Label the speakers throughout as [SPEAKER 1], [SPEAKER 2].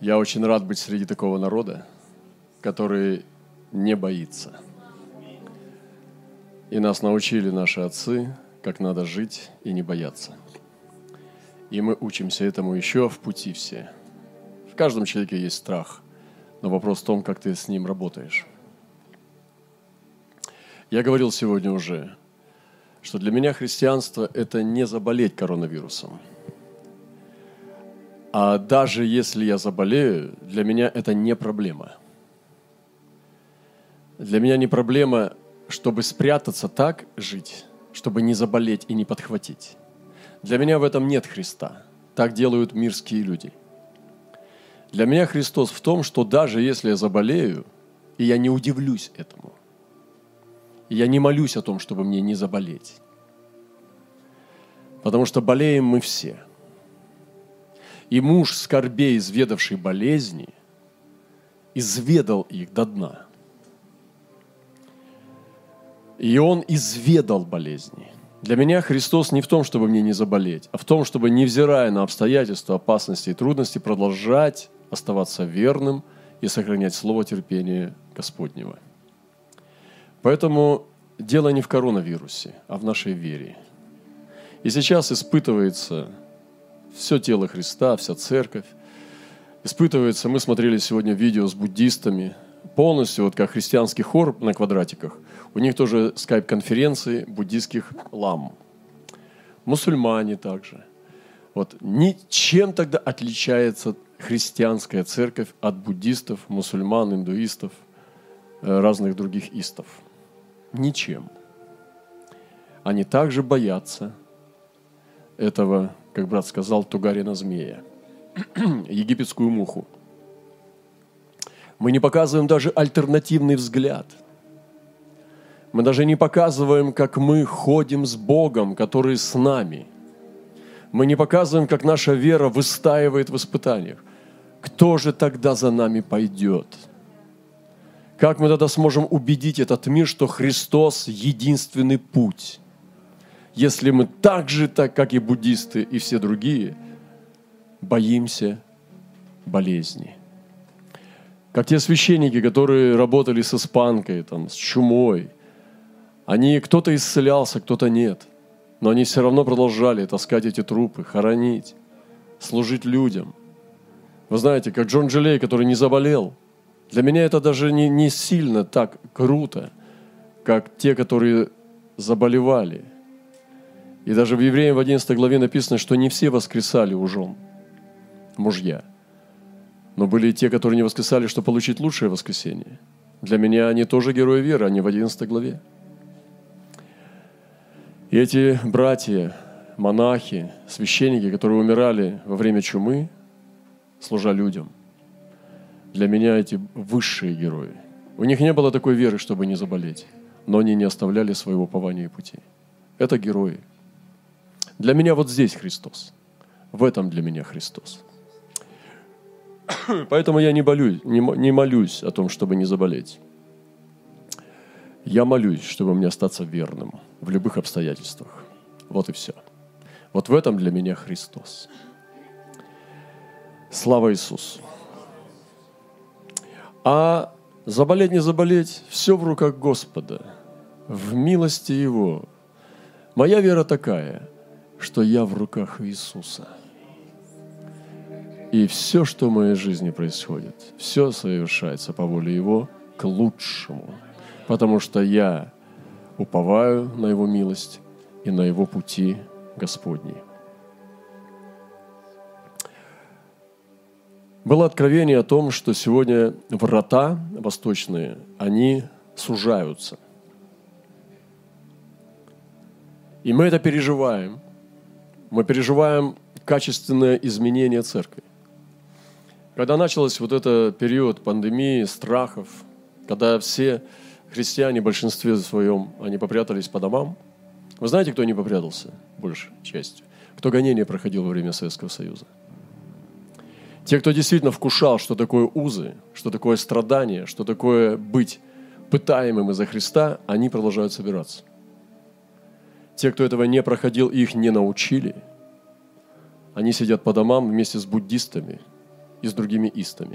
[SPEAKER 1] Я очень рад быть среди такого народа, который не боится. И нас научили наши отцы, как надо жить и не бояться. И мы учимся этому еще в пути все. В каждом человеке есть страх, но вопрос в том, как ты с ним работаешь. Я говорил сегодня уже, что для меня христианство – это не заболеть коронавирусом. А даже если я заболею, для меня это не проблема. Для меня не проблема, чтобы спрятаться так жить, чтобы не заболеть и не подхватить. Для меня в этом нет Христа. Так делают мирские люди. Для меня Христос в том, что даже если я заболею, и я не удивлюсь этому, и я не молюсь о том, чтобы мне не заболеть. Потому что болеем мы все. И муж скорбей, изведавший болезни, изведал их до дна. И он изведал болезни. Для меня Христос не в том, чтобы мне не заболеть, а в том, чтобы, невзирая на обстоятельства, опасности и трудности, продолжать оставаться верным и сохранять слово терпения Господнего. Поэтому дело не в коронавирусе, а в нашей вере. И сейчас испытывается все тело Христа, вся церковь. Испытывается, мы смотрели сегодня видео с буддистами, полностью, вот как христианский хор на квадратиках, у них тоже скайп-конференции буддистских лам. Мусульмане также. Вот. Чем тогда отличается христианская церковь от буддистов, мусульман, индуистов, разных других истов? Ничем. Они также боятся этого, как брат сказал, тугарина змея, египетскую муху. Мы не показываем даже альтернативный взгляд. Мы даже не показываем, как мы ходим с Богом, который с нами. Мы не показываем, как наша вера выстаивает в испытаниях. Кто же тогда за нами пойдет? Как мы тогда сможем убедить этот мир, что Христос – единственный путь? Если мы так же, как и буддисты и все другие, боимся болезни. Как те священники, которые работали с испанкой, с чумой. Кто-то исцелялся, кто-то нет. Но они все равно продолжали таскать эти трупы, хоронить, служить людям. Вы знаете, как Джон Джилей, который не заболел. Для меня это даже не сильно так круто, как те, которые заболевали. И даже в Евреям в 11 главе написано, что не все воскресали у жен, мужья. Но были и те, которые не воскресали, чтобы получить лучшее воскресение. Для меня они тоже герои веры, они в 11 главе. И эти братья, монахи, священники, которые умирали во время чумы, служа людям, для меня эти высшие герои. У них не было такой веры, чтобы не заболеть, но они не оставляли своего упования и пути. Это герои. Для меня вот здесь Христос. В этом для меня Христос. Поэтому я не молюсь о том, чтобы не заболеть. Я молюсь, чтобы мне остаться верным в любых обстоятельствах. Вот и все. Вот в этом для меня Христос. Слава Иисусу. А заболеть, не заболеть, все в руках Господа, в милости Его. Моя вера такая, что я в руках Иисуса. И все, что в моей жизни происходит, все совершается по воле Его к лучшему. Потому что я уповаю на Его милость и на Его пути Господни. Было откровение о том, что сегодня врата восточные, они сужаются. И мы это переживаем. Мы переживаем качественное изменение церкви. Когда начался вот этот период пандемии, страхов, когда все христиане в большинстве своем, они попрятались по домам. Вы знаете, кто не попрятался, большей частью? Кто гонение проходил во время Советского Союза? Те, кто действительно вкушал, что такое узы, что такое страдание, что такое быть пытаемым из-за Христа, они продолжают собираться. Те, кто этого не проходил и их не научили, они сидят по домам вместе с буддистами и с другими истами.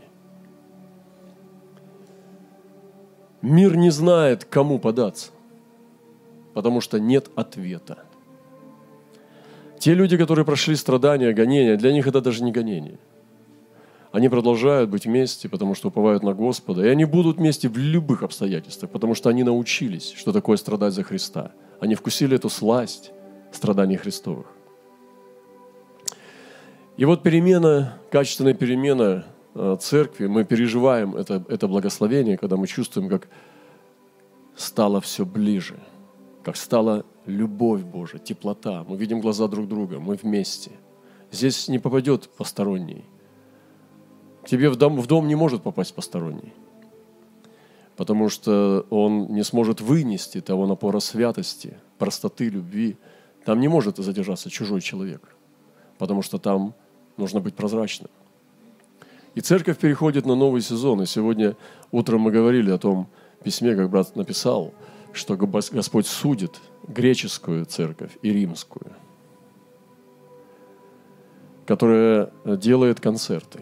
[SPEAKER 1] Мир не знает, к кому податься, потому что нет ответа. Те люди, которые прошли страдания, гонения, для них это даже не гонение. Они продолжают быть вместе, потому что уповают на Господа. И они будут вместе в любых обстоятельствах, потому что они научились, что такое страдать за Христа. Они вкусили эту сласть страданий Христовых. И вот перемена, качественная перемена церкви, мы переживаем это благословение, когда мы чувствуем, как стало все ближе, как стала любовь Божия, теплота. Мы видим глаза друг друга, мы вместе. Здесь не попадет посторонний. К тебе в дом не может попасть посторонний, потому что он не сможет вынести того напора святости, простоты, любви. Там не может задержаться чужой человек, потому что там нужно быть прозрачным. И церковь переходит на новый сезон. И сегодня утром мы говорили о том письме, как брат написал, что Господь судит греческую церковь и римскую, которая делает концерты.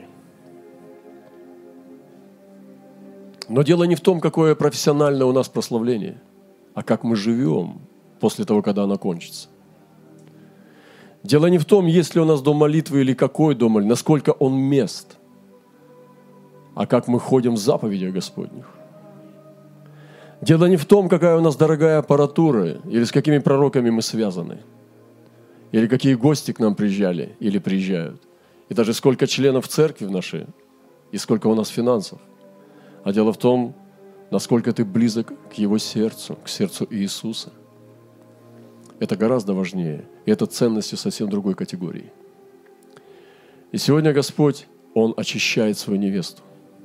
[SPEAKER 1] Но дело не в том, какое профессиональное у нас прославление, а как мы живем после того, когда оно кончится. Дело не в том, есть ли у нас дом молитвы или какой дом молитвы, насколько он мест, а как мы ходим в заповедях Господних. Дело не в том, какая у нас дорогая аппаратура, или с какими пророками мы связаны, или какие гости к нам приезжали или приезжают, и даже сколько членов церкви в нашей, и сколько у нас финансов. А дело в том, насколько ты близок к Его сердцу, к сердцу Иисуса. Это гораздо важнее. И это ценности совсем другой категории. И сегодня Господь, Он очищает свою невесту.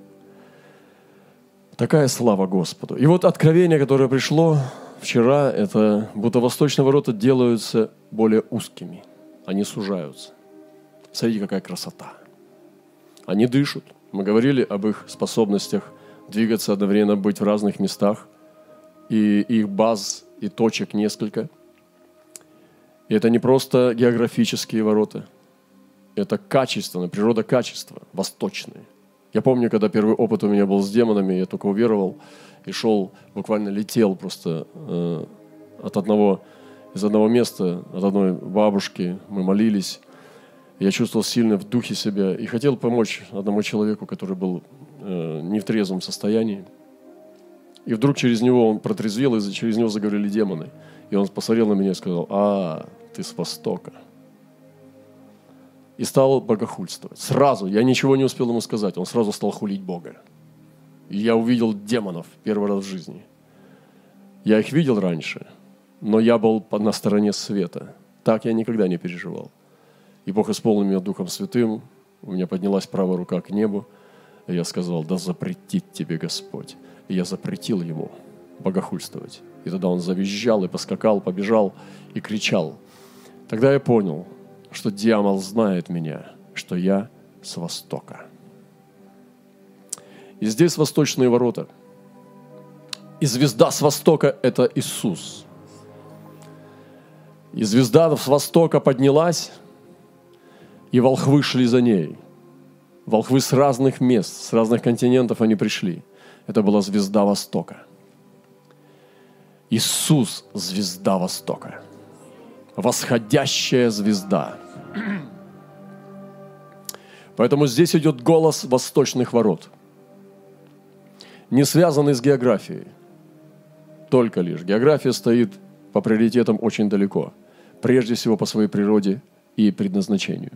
[SPEAKER 1] Такая слава Господу. И вот откровение, которое пришло вчера, это будто восточные ворота делаются более узкими. Они сужаются. Смотрите, какая красота. Они дышат. Мы говорили об их способностях двигаться одновременно, быть в разных местах. И их баз и точек несколько. И это не просто географические ворота. Это качественное, природа качества, восточные. Я помню, когда первый опыт у меня был с демонами, я только уверовал и шел, буквально летел просто из одного места, от одной бабушки. Мы молились. Я чувствовал сильно в духе себя и хотел помочь одному человеку, который был не в трезвом состоянии. И вдруг через него он протрезвел, и через него заговорили демоны. И он посмотрел на меня и сказал: ты с Востока. И стал богохульствовать. Сразу, я ничего не успел ему сказать, он сразу стал хулить Бога. И я увидел демонов первый раз в жизни. Я их видел раньше, но я был на стороне света. Так я никогда не переживал. И Бог исполнил меня Духом Святым, у меня поднялась правая рука к небу, и я сказал: да запретит тебе Господь. И я запретил ему богохульствовать. И тогда он завизжал и поскакал, побежал и кричал. Тогда я понял, что дьявол знает меня, что я с Востока. И здесь восточные ворота. И звезда с Востока – это Иисус. И звезда с Востока поднялась, и волхвы шли за ней. Волхвы с разных мест, с разных континентов они пришли. Это была звезда Востока. Иисус – звезда Востока. Восходящая звезда. Поэтому здесь идет голос восточных ворот. Не связанный с географией. Только лишь. География стоит по приоритетам очень далеко. Прежде всего по своей природе и предназначению.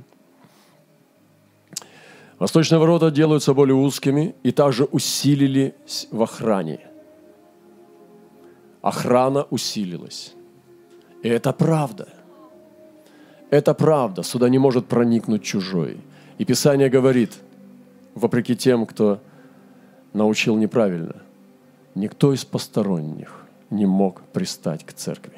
[SPEAKER 1] Восточные ворота делаются более узкими и также усилились в охране. Охрана усилилась. И это правда. Это правда. Сюда не может проникнуть чужой. И Писание говорит, вопреки тем, кто научил неправильно, никто из посторонних не мог пристать к церкви.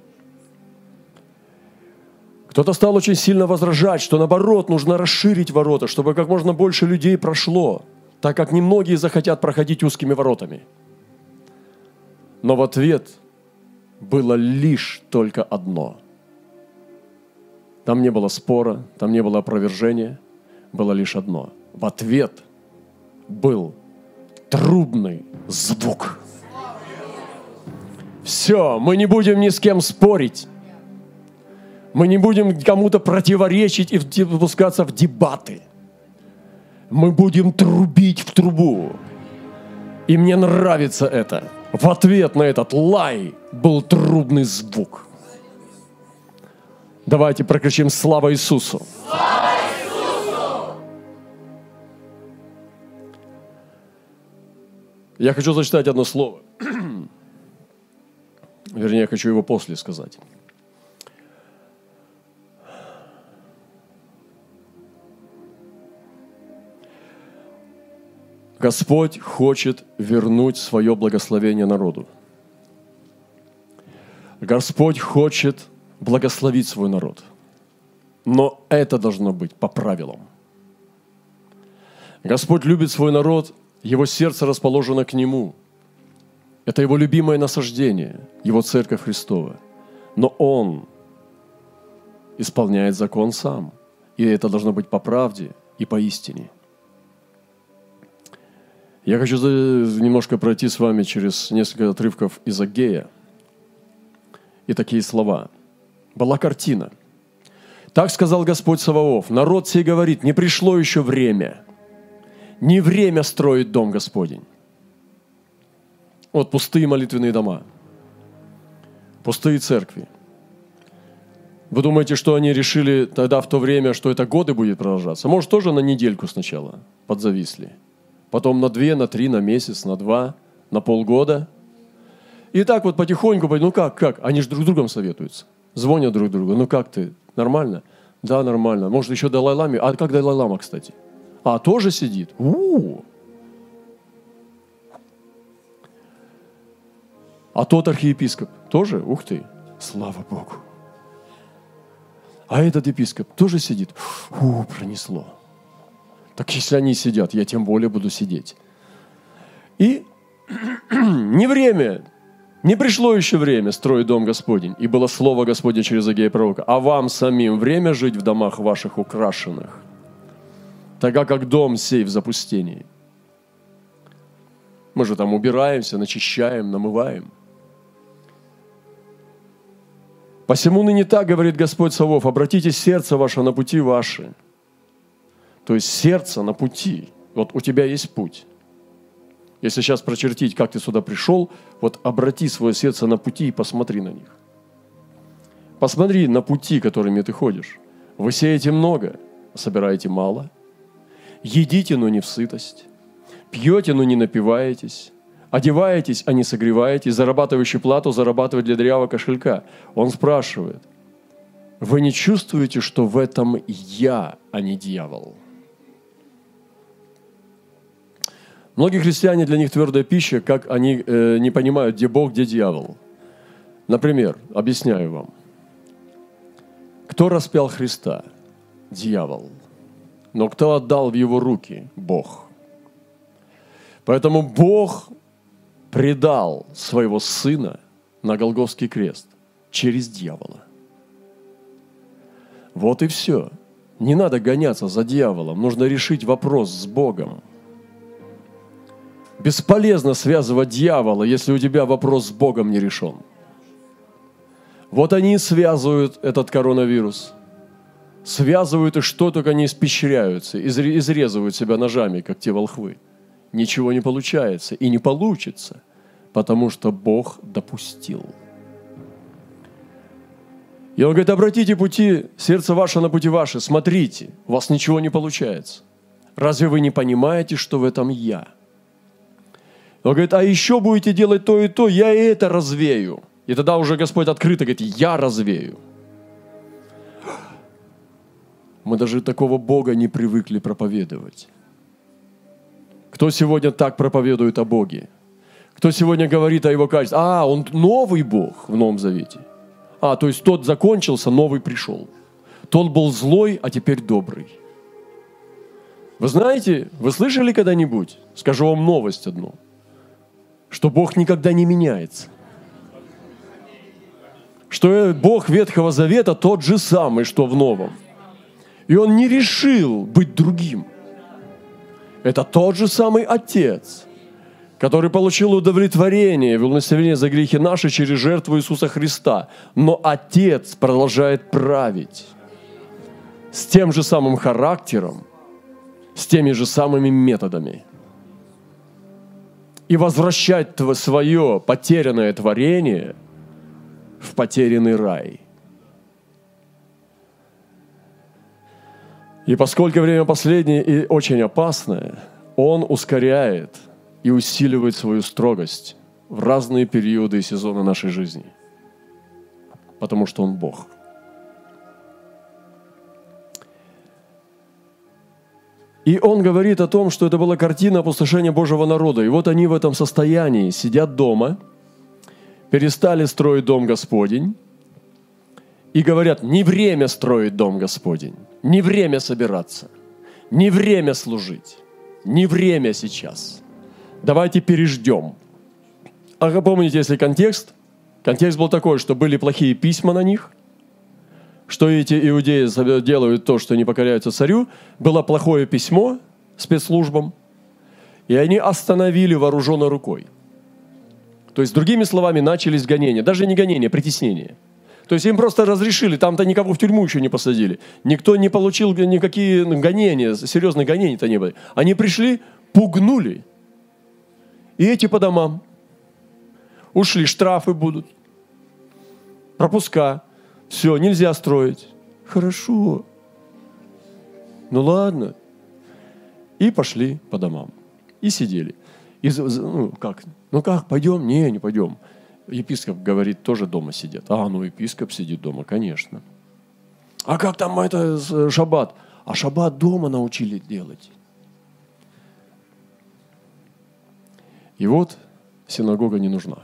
[SPEAKER 1] Кто-то стал очень сильно возражать, что наоборот, нужно расширить ворота, чтобы как можно больше людей прошло, так как немногие захотят проходить узкими воротами. Но в ответ было лишь только одно. Там не было спора, там не было опровержения, было лишь одно. В ответ был трубный звук. Все, мы не будем ни с кем спорить. Мы не будем кому-то противоречить и выпускаться в дебаты. Мы будем трубить в трубу. И мне нравится это. В ответ на этот лай был трубный звук. Давайте прокричим «Слава Иисусу!»
[SPEAKER 2] Слава Иисусу!
[SPEAKER 1] Я хочу зачитать одно слово. Вернее, я хочу его после сказать. Господь хочет вернуть свое благословение народу. Господь хочет благословить свой народ. Но это должно быть по правилам. Господь любит свой народ, его сердце расположено к Нему. Это Его любимое насаждение, Его Церковь Христова. Но Он исполняет закон сам. И это должно быть по правде и по истине. Я хочу немножко пройти с вами через несколько отрывков из Аггея. И такие слова. Была картина. «Так сказал Господь Саваоф, народ сей говорит, не пришло еще время, не время строить дом Господень». Вот пустые молитвенные дома, пустые церкви. Вы думаете, что они решили тогда в то время, что это годы будет продолжаться? Может, тоже на недельку сначала подзависли. Потом на 2, на 3, на месяц, на 2, на полгода. И так вот потихоньку, ну как? Они же друг с другом советуются. Звонят друг другу. Ну как ты? Нормально? Да, нормально. Может, еще Далай-Ламе? А как Далай-Лама, кстати? А, тоже сидит? А тот архиепископ тоже? Ух ты! Слава Богу! А этот епископ тоже сидит? Пронесло. Так если они сидят, я тем более буду сидеть. И не время, не пришло еще время строить дом Господень. И было слово Господне через Аггея пророка. А вам самим время жить в домах ваших украшенных, тогда как дом сей в запустении. Мы же там убираемся, начищаем, намываем. Посему ныне так, говорит Господь Саваоф, обратите сердце ваше на пути ваши. То есть сердце на пути. Вот у тебя есть путь. Если сейчас прочертить, как ты сюда пришел, вот обрати свое сердце на пути и посмотри на них. Посмотри на пути, которыми ты ходишь. Вы сеете много, а собираете мало. Едите, но не в сытость. Пьете, но не напиваетесь. Одеваетесь, а не согреваетесь. Зарабатывающий плату зарабатывает для дырявого кошелька. Он спрашивает, вы не чувствуете, что в этом я, а не дьявол? Многие христиане, для них твердая пища, как они не понимают, где Бог, где дьявол. Например, объясняю вам. Кто распял Христа? Дьявол. Но кто отдал в его руки? Бог. Поэтому Бог предал своего Сына на Голгофский крест через дьявола. Вот и все. Не надо гоняться за дьяволом. Нужно решить вопрос с Богом. Бесполезно связывать дьявола, если у тебя вопрос с Богом не решен. Вот они связывают этот коронавирус. Связывают и что только не испещряются, изрезывают себя ножами, как те волхвы. Ничего не получается и не получится, потому что Бог допустил. И Он говорит, обратите пути, сердце ваше на пути ваши, смотрите, у вас ничего не получается. Разве вы не понимаете, что в этом я? Он говорит, а еще будете делать то и то, я и это развею. И тогда уже Господь открыто говорит, я развею. Мы даже такого Бога не привыкли проповедовать. Кто сегодня так проповедует о Боге? Кто сегодня говорит о Его качестве? Он новый Бог в Новом Завете. То есть тот закончился, новый пришел. Тот был злой, а теперь добрый. Вы знаете, вы слышали когда-нибудь? Скажу вам новость одну. Что Бог никогда не меняется. Что Бог Ветхого Завета тот же самый, что в Новом. И Он не решил быть другим. Это тот же самый Отец, который получил удовлетворение и благословение за грехи наши через жертву Иисуса Христа. Но Отец продолжает править с тем же самым характером, с теми же самыми методами. И возвращать свое потерянное творение в потерянный рай. И поскольку время последнее и очень опасное, Он ускоряет и усиливает свою строгость в разные периоды и сезоны нашей жизни. Потому что Он Бог. И Он говорит о том, что это была картина опустошения Божьего народа. И вот они в этом состоянии сидят дома, перестали строить дом Господень, и говорят, не время строить дом Господень, не время собираться, не время служить, не время сейчас. Давайте переждем. А вы помните, если контекст? Контекст был такой, что были плохие письма на них, что эти иудеи делают то, что не покоряются царю. Было плохое письмо спецслужбам, и они остановили вооруженной рукой. То есть, другими словами, начались гонения. Даже не гонения, притеснения. То есть, им просто разрешили, там-то никого в тюрьму еще не посадили. Никто не получил никакие гонения, серьезные гонения-то не было. Они пришли, пугнули. И эти по домам. Ушли, штрафы будут. Пропуска. Все, нельзя строить. Хорошо. Ну ладно. И пошли по домам. И сидели. И, как, пойдем? Не пойдем. Епископ говорит, тоже дома сидят. Епископ сидит дома, конечно. А как там это шаббат? А шаббат дома научили делать. И вот синагога не нужна.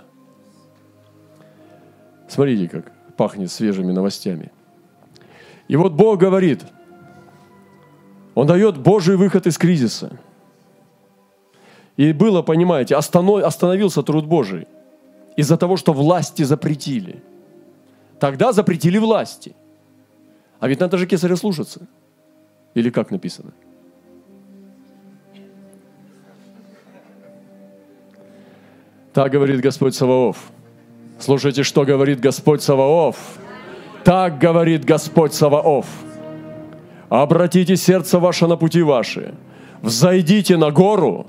[SPEAKER 1] Смотрите, как пахнет свежими новостями. И вот Бог говорит, Он дает Божий выход из кризиса. И было, понимаете, остановился труд Божий из-за того, что власти запретили. Тогда запретили власти. А ведь надо же кесаря слушаться. Или как написано? Так говорит Господь Саваоф. Слушайте, что говорит Господь Саваоф. Так говорит Господь Саваоф. Обратите сердце ваше на пути ваши. Взойдите на гору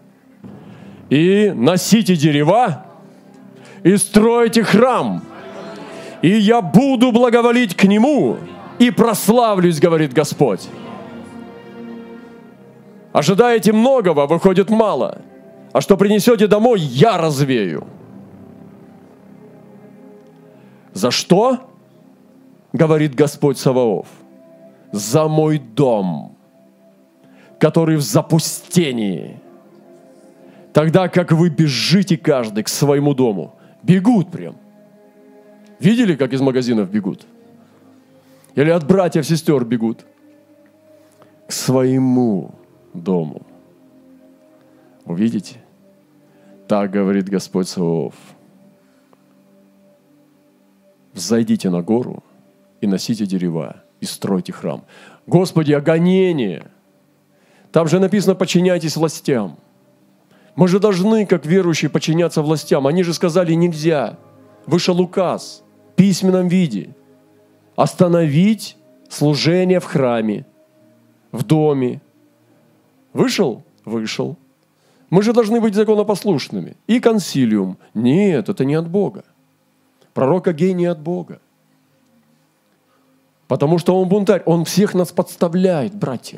[SPEAKER 1] и носите дерева и стройте храм. И я буду благоволить к нему и прославлюсь, говорит Господь. Ожидаете многого, выходит мало. А что принесете домой, я развею. За что? Говорит Господь Саваоф. За мой дом, который в запустении. Тогда как вы бежите каждый к своему дому. Бегут прям. Видели, как из магазинов бегут? Или от братьев, сестер бегут? К своему дому. Увидите? Так говорит Господь Саваоф. Взойдите на гору и носите дерева, и стройте храм. Господи, а гонение? Там же написано, подчиняйтесь властям. Мы же должны, как верующие, подчиняться властям. Они же сказали, нельзя. Вышел указ в письменном виде. Остановить служение в храме, в доме. Вышел? Вышел. Мы же должны быть законопослушными. И консилиум. Нет, это не от Бога. Пророк Агей не от Бога. Потому что он бунтарь. Он всех нас подставляет, братья.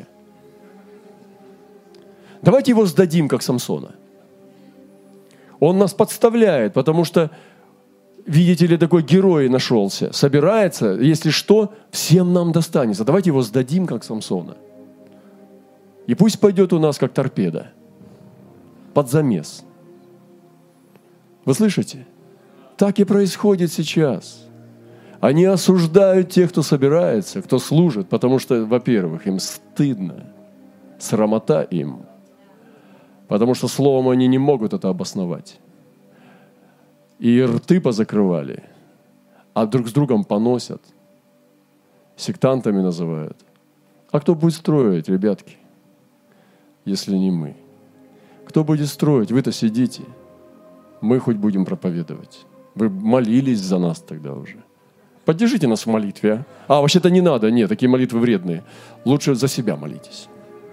[SPEAKER 1] Давайте его сдадим, как Самсона. Он нас подставляет, потому что, видите ли, такой герой нашелся. Собирается, если что, всем нам достанется. Давайте его сдадим, как Самсона. И пусть пойдет у нас, как торпеда. Под замес. Вы слышите? Так и происходит сейчас. Они осуждают тех, кто собирается, кто служит, потому что, во-первых, им стыдно, срамота им, потому что словом они не могут это обосновать. И рты позакрывали, а друг с другом поносят, сектантами называют. А кто будет строить, ребятки? если не мы? Кто будет строить? Вы-то сидите. Мы хоть будем проповедовать. Вы молились за нас тогда уже. Поддержите нас в молитве, а? Вообще-то не надо. Нет, такие молитвы вредные. Лучше за себя молитесь.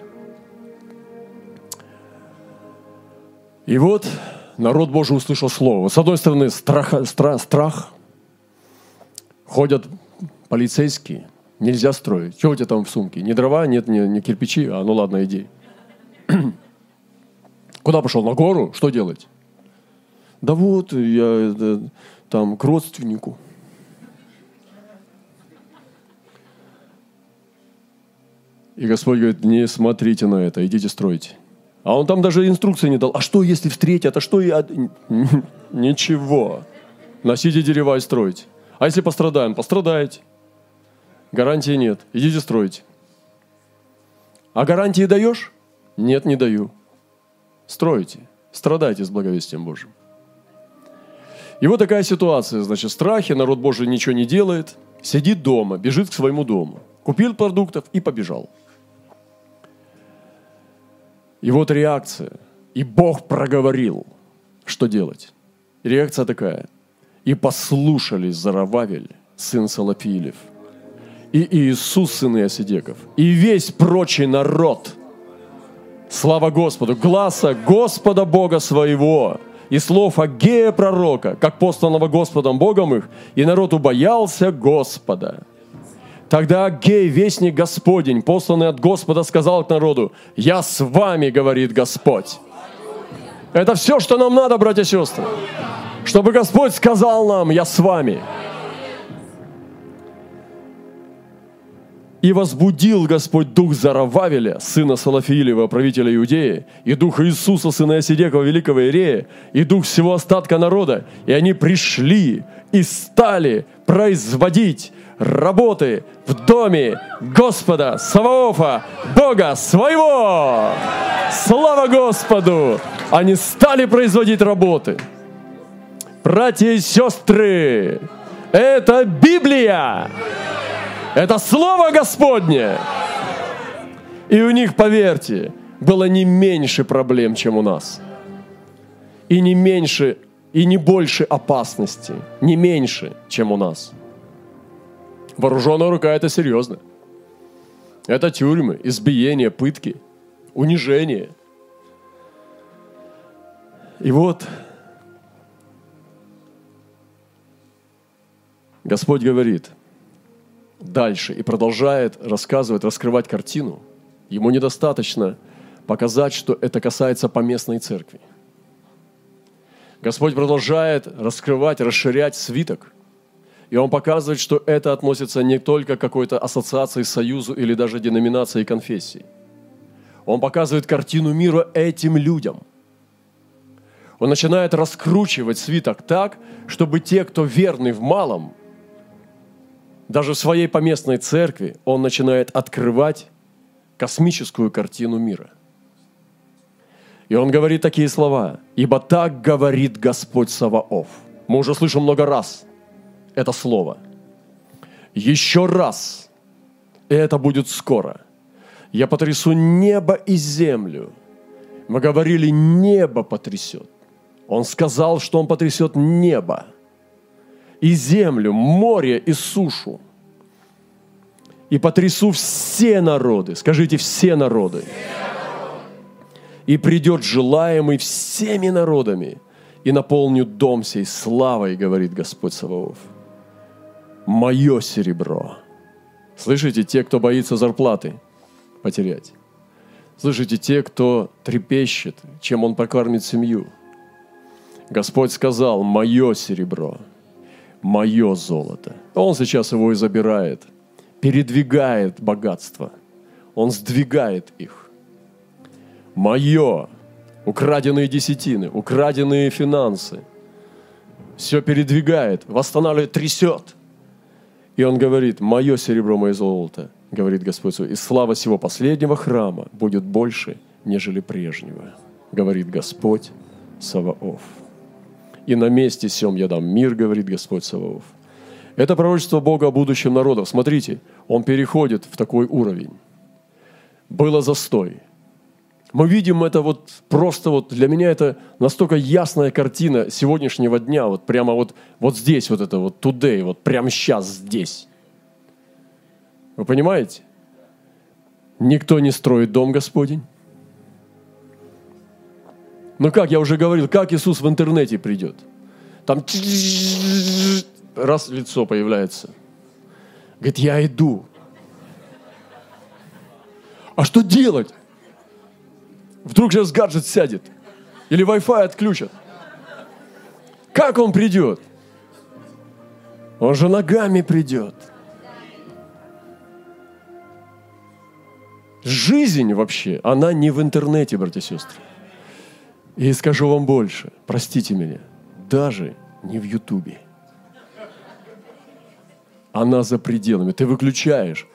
[SPEAKER 1] И вот народ Божий услышал слово. С одной стороны, страх. Ходят полицейские. Нельзя строить. Что у тебя там в сумке? Не дрова, нет, не кирпичи. Ну ладно, иди. Куда пошел? На гору? Что делать? Да вот, я там к родственнику. И Господь говорит, не смотрите на это, идите стройте. А он там даже инструкции не дал. А что, если встретят? А что? Ничего. Носите дерева и стройте. А если пострадаем? Пострадаете. Гарантии нет. Идите стройте. А гарантии даешь? Нет, не даю. Стройте. Страдайте с благовестием Божьим. И вот такая ситуация. Значит, в страхе народ Божий ничего не делает. Сидит дома, бежит к своему дому. Купил продуктов и побежал. И вот реакция. И Бог проговорил, что делать. Реакция такая. И послушались Зоровавель, сын Салафиилев, и Иисус, сын Иосидеков, и весь прочий народ. Слава Господу! Гласа Господа Бога своего и слов Агея пророка, как посланного Господом Богом их, и народ убоялся Господа. Тогда Агей, вестник Господень, посланный от Господа, сказал к народу: «Я с вами, говорит Господь». Это все, что нам надо, братья и сестры. Чтобы Господь сказал нам: «Я с вами». И возбудил Господь дух Зоровавеля, сына Салафиилева, правителя Иудеи, и дух Иисуса, сына Иосидекова, великого иерея, и дух всего остатка народа. И они пришли и стали производить работы в доме Господа Саваофа, Бога своего. Слава Господу! Они стали производить работы. Братья и сестры, это Библия! Это Слово Господне! И у них, поверьте, было не меньше проблем, чем у нас. И не меньше, и не больше опасности. Не меньше, чем у нас. Вооруженная рука – это серьезно. Это тюрьмы, избиения, пытки, унижение. И вот Господь говорит дальше и продолжает рассказывать, раскрывать картину. Ему недостаточно показать, что это касается поместной церкви. Господь продолжает раскрывать, расширять свиток. И Он показывает, что это относится не только к какой-то ассоциации, союзу или даже деноминации и конфессии. Он показывает картину мира этим людям. Он начинает раскручивать свиток так, чтобы те, кто верный в малом, даже в своей поместной церкви, он начинает открывать космическую картину мира. И он говорит такие слова: «Ибо так говорит Господь Саваоф». Мы уже слышим много раз это слово. Еще раз, и это будет скоро. Я потрясу небо и землю. Мы говорили, небо потрясет. Он сказал, что Он потрясет небо и землю, море и сушу. И потрясу все народы. Скажите, все народы. И придет желаемый всеми народами, и наполню дом сей славой, говорит Господь Саваоф. Мое серебро. Слышите, те, кто боится зарплаты потерять. Слышите, те, кто трепещет, чем он покормит семью. Господь сказал: мое серебро, мое золото. Он сейчас его и забирает, передвигает богатство. Он сдвигает их. Мое, украденные десятины, украденные финансы. Все передвигает, восстанавливает, трясет. И он говорит: мое серебро, мое золото, говорит Господь, и слава сего последнего храма будет больше, нежели прежнего, говорит Господь Саваоф. И на месте сем я дам мир, говорит Господь Саваоф. Это пророчество Бога о будущем народов. Смотрите, он переходит в такой уровень. Было застой. Мы видим это вот просто вот, для меня это настолько ясная картина сегодняшнего дня, вот прямо вот здесь, вот это вот today, вот прямо сейчас здесь. Вы понимаете? Никто не строит дом Господень. Ну как, я уже говорил, как Иисус в интернете придет? Там раз лицо появляется. Говорит, я иду. А что делать? Вдруг сейчас гаджет сядет. Или Wi-Fi отключат. Как он придет? Он же ногами придет. Жизнь вообще, она не в интернете, братья и сестры. И скажу вам больше, простите меня, даже не в Ютубе. Она за пределами. Ты выключаешь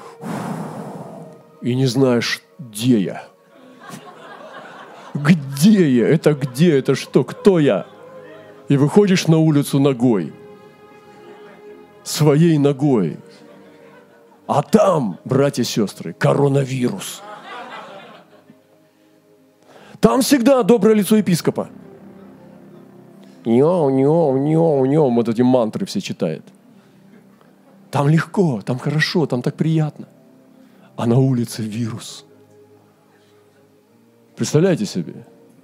[SPEAKER 1] и не знаешь, где я. Где я? Это где? Это что? Кто я? И выходишь на улицу ногой. Своей ногой. А там, братья и сестры, коронавирус. Там всегда доброе лицо епископа. Вот эти мантры все читает. Там легко, там хорошо, там так приятно. А на улице вирус. Представляете себе?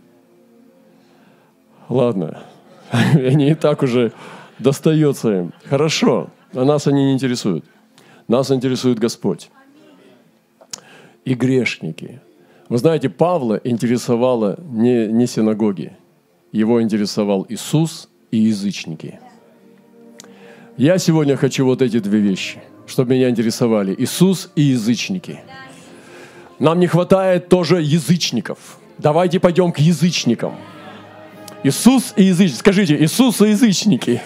[SPEAKER 1] Ладно, они и так уже достается им. Хорошо, а нас они не интересуют. Нас интересует Господь. И грешники. Вы знаете, Павла интересовало не синагоги. Его интересовал Иисус и язычники. Я сегодня хочу вот эти две вещи, чтобы меня интересовали. Иисус и язычники. Нам не хватает тоже язычников. Давайте пойдем к язычникам. Иисус и язычники. Скажите, Иисус и язычники.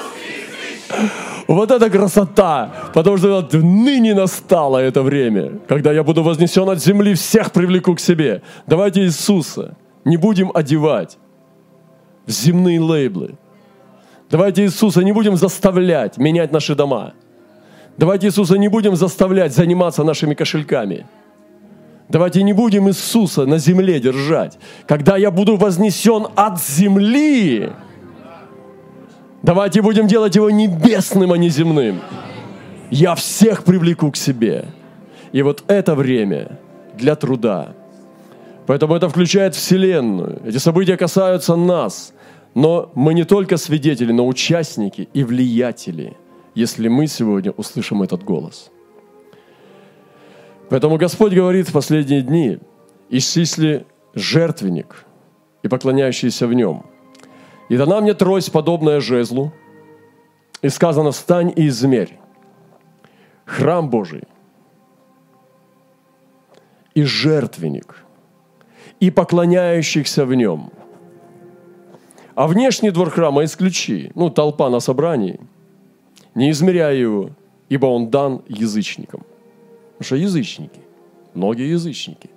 [SPEAKER 1] Вот это красота! Потому что ныне настало это время, когда я буду вознесен от земли, всех привлеку к себе. Давайте Иисуса не будем одевать в земные лейблы. Давайте Иисуса не будем заставлять менять наши дома. Давайте Иисуса не будем заставлять заниматься нашими кошельками. Давайте не будем Иисуса на земле держать. Когда я буду вознесен от земли, давайте будем делать его небесным, а не земным. Я всех привлеку к себе. И вот это время для труда. Поэтому это включает Вселенную. Эти события касаются нас. Но мы не только свидетели, но участники и влиятели, если мы сегодня услышим этот голос. Поэтому Господь говорит в последние дни: исчисли жертвенник и поклоняющиеся в нем. И дана мне трость, подобная жезлу, и сказано: встань и измерь храм Божий и жертвенник, и поклоняющихся в нем. А внешний двор храма исключи, толпа на собрании, не измеряя его, ибо он дан язычникам. Потому что язычники, многие язычники,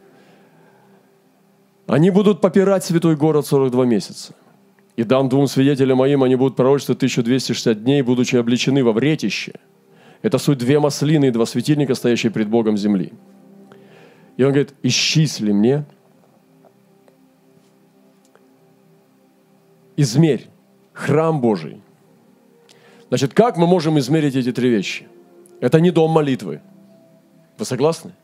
[SPEAKER 1] они будут попирать святой город 42 месяца. И дам двум свидетелям моим, они будут пророчествовать 1260 дней, будучи облечены во вретище. Это суть две маслины и два светильника, стоящие пред Богом земли. И он говорит: исчисли мне, измерь храм Божий. Значит, как мы можем измерить эти три вещи? Это не дом молитвы. Вы согласны?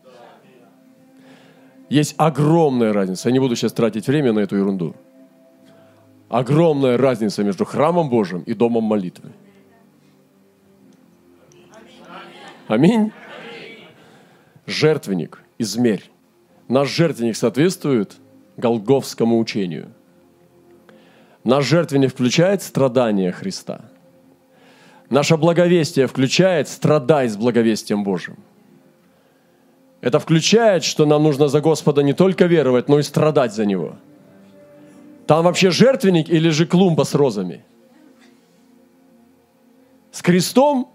[SPEAKER 1] Есть огромная разница. Я не буду сейчас тратить время на эту ерунду. Огромная разница между храмом Божьим и домом молитвы. Аминь. Жертвенник, измерь. Наш жертвенник соответствует голгофскому учению. Наш жертвенник включает страдания Христа. Наше благовестие включает «страдай с благовестием Божьим». Это включает, что нам нужно за Господа не только веровать, но и страдать за Него. Там вообще жертвенник или же клумба с розами? С крестом,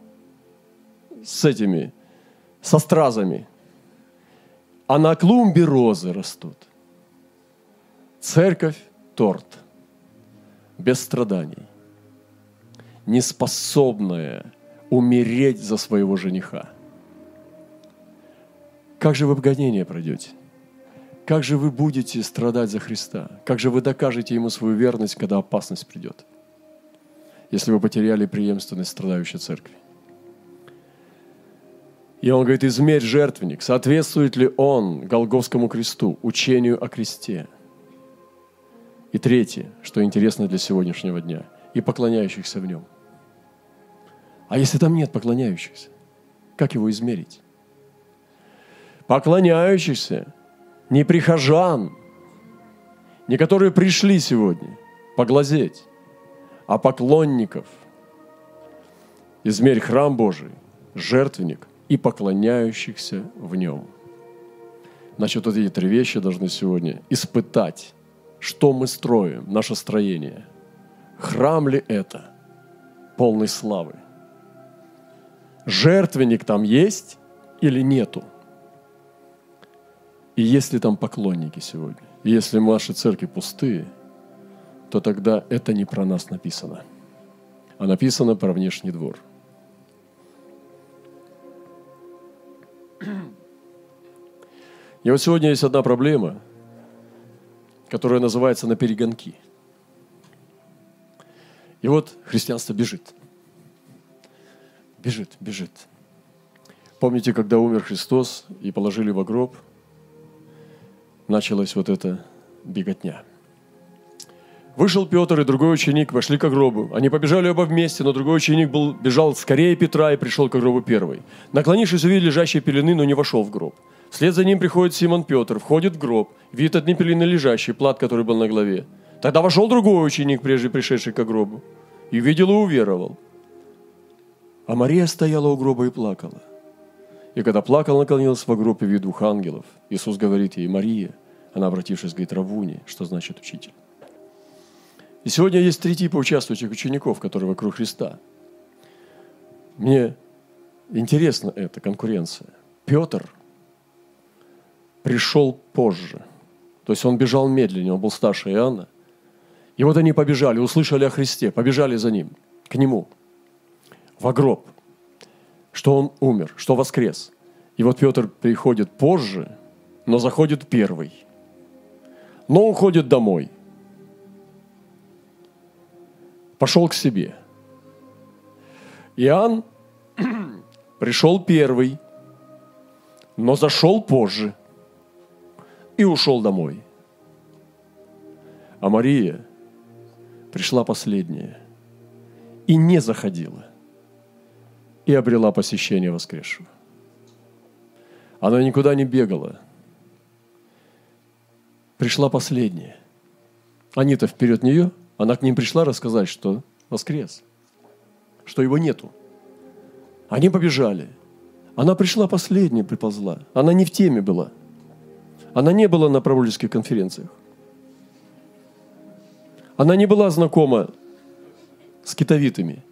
[SPEAKER 1] со стразами. А на клумбе розы растут. Церковь – торт. Без страданий. Неспособная умереть за своего жениха. Как же вы в гонение пройдете? Как же вы будете страдать за Христа? Как же вы докажете Ему свою верность, когда опасность придет? Если вы потеряли преемственность страдающей церкви. И он говорит, измерь жертвенник, соответствует ли он Голгофскому кресту, учению о кресте. И третье, что интересно для сегодняшнего дня, и поклоняющихся в нем. А если там нет поклоняющихся, как его измерить? Поклоняющихся, не прихожан, не которые пришли сегодня поглазеть, а поклонников. Измерь храм Божий, жертвенник и поклоняющихся в нем. Значит, вот эти три вещи должны сегодня испытать, что мы строим, наше строение. Храм ли это, полный славы? Жертвенник там есть или нету? И есть ли там поклонники сегодня? И если наши церкви пустые, то тогда это не про нас написано, а написано про внешний двор. И вот сегодня есть одна проблема, которая называется наперегонки. И вот христианство бежит. Бежит. Помните, когда умер Христос и положили во гроб, началась вот эта беготня. Вышел Петр и другой ученик, вошли к гробу. Они побежали оба вместе, но другой ученик бежал скорее Петра и пришел к гробу первый. Наклонившись, увидел лежащие пелены, но не вошел в гроб. Вслед за ним приходит Симон Петр, входит в гроб, видит одни пелены лежащие, плат, который был на голове. Тогда вошел другой ученик, прежде пришедший к гробу, и увидел и уверовал. А Мария стояла у гроба и плакала. И когда плакал, наклонился во гроб и видит двух ангелов. Иисус говорит ей: Мария. Она, обратившись, говорит: Раввуни, что значит учитель. И сегодня есть три типа участвующих учеников, которые вокруг Христа. Мне интересна эта конкуренция. Петр пришел позже. То есть он бежал медленнее, он был старше Иоанна. И вот они побежали, услышали о Христе, побежали за ним, к нему, во гроб, что он умер, что воскрес. И вот Петр приходит позже, но заходит первый. Но уходит домой. Пошел к себе. Иоанн пришел первый, но зашел позже и ушел домой. А Мария пришла последняя и не заходила, и обрела посещение воскресшего. Она никуда не бегала. Пришла последняя. Они-то вперед нее, она к ним пришла рассказать, что воскрес, что его нету. Они побежали. Она пришла последняя, приползла. Она не в теме была. Она не была на пророческих конференциях. Она не была знакома с китовитами.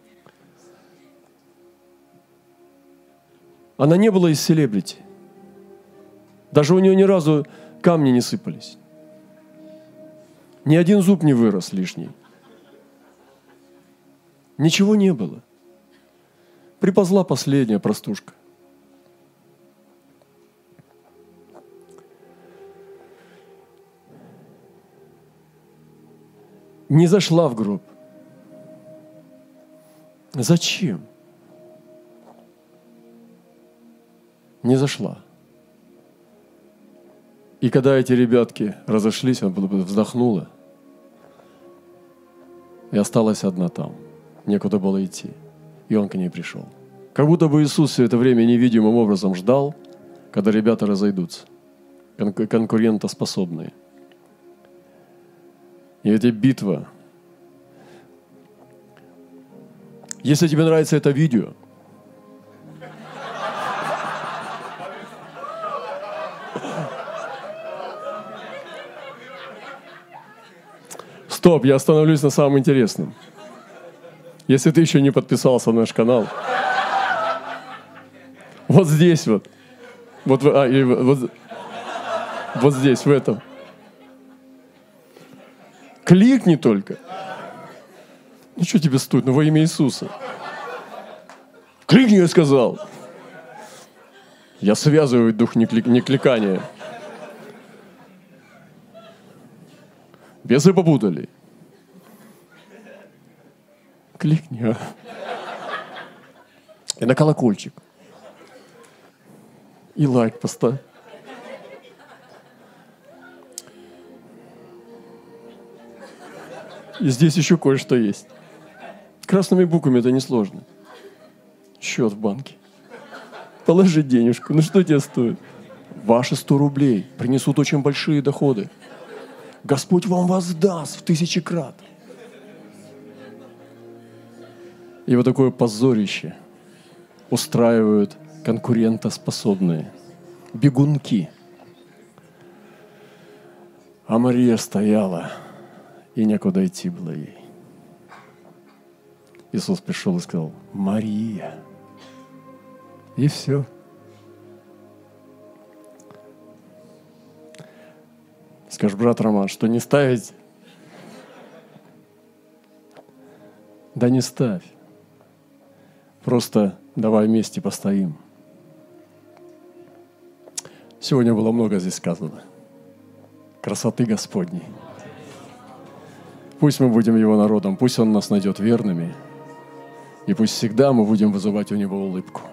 [SPEAKER 1] Она не была из селебрити. Даже у нее ни разу камни не сыпались. Ни один зуб не вырос лишний. Ничего не было. Приползла последняя простушка. Не зашла в гроб. Зачем? Не зашла. И когда эти ребятки разошлись, она вздохнула. И осталась одна там. Некуда было идти. И он к ней пришел. Как будто бы Иисус все это время невидимым образом ждал, когда ребята разойдутся. Конкурентоспособные. И эта битва. Если тебе нравится это видео, стоп, я остановлюсь на самом интересном. Если ты еще не подписался на наш канал, вот здесь вот здесь, в этом. Кликни только. Ну что тебе стоит? Ну во имя Иисуса. Кликни, я сказал. Я связываю дух некликания. Бесы попутали. Кликни. И на колокольчик. И лайк поставь. И здесь еще кое-что есть. Красными буквами это несложно. Счет в банке. Положи денежку. Ну что тебе стоит? Ваши 100 рублей принесут очень большие доходы. Господь вам воздаст в 1000 крат. И вот такое позорище устраивают конкурентоспособные бегунки. А Мария стояла, и некуда идти было ей. Иисус пришел и сказал: Мария. И все. Скажешь, брат Роман, что не ставить? Да не ставь. Просто давай вместе постоим. Сегодня было много здесь сказано. Красоты Господней. Пусть мы будем Его народом, пусть Он нас найдет верными, и пусть всегда мы будем вызывать у Него улыбку.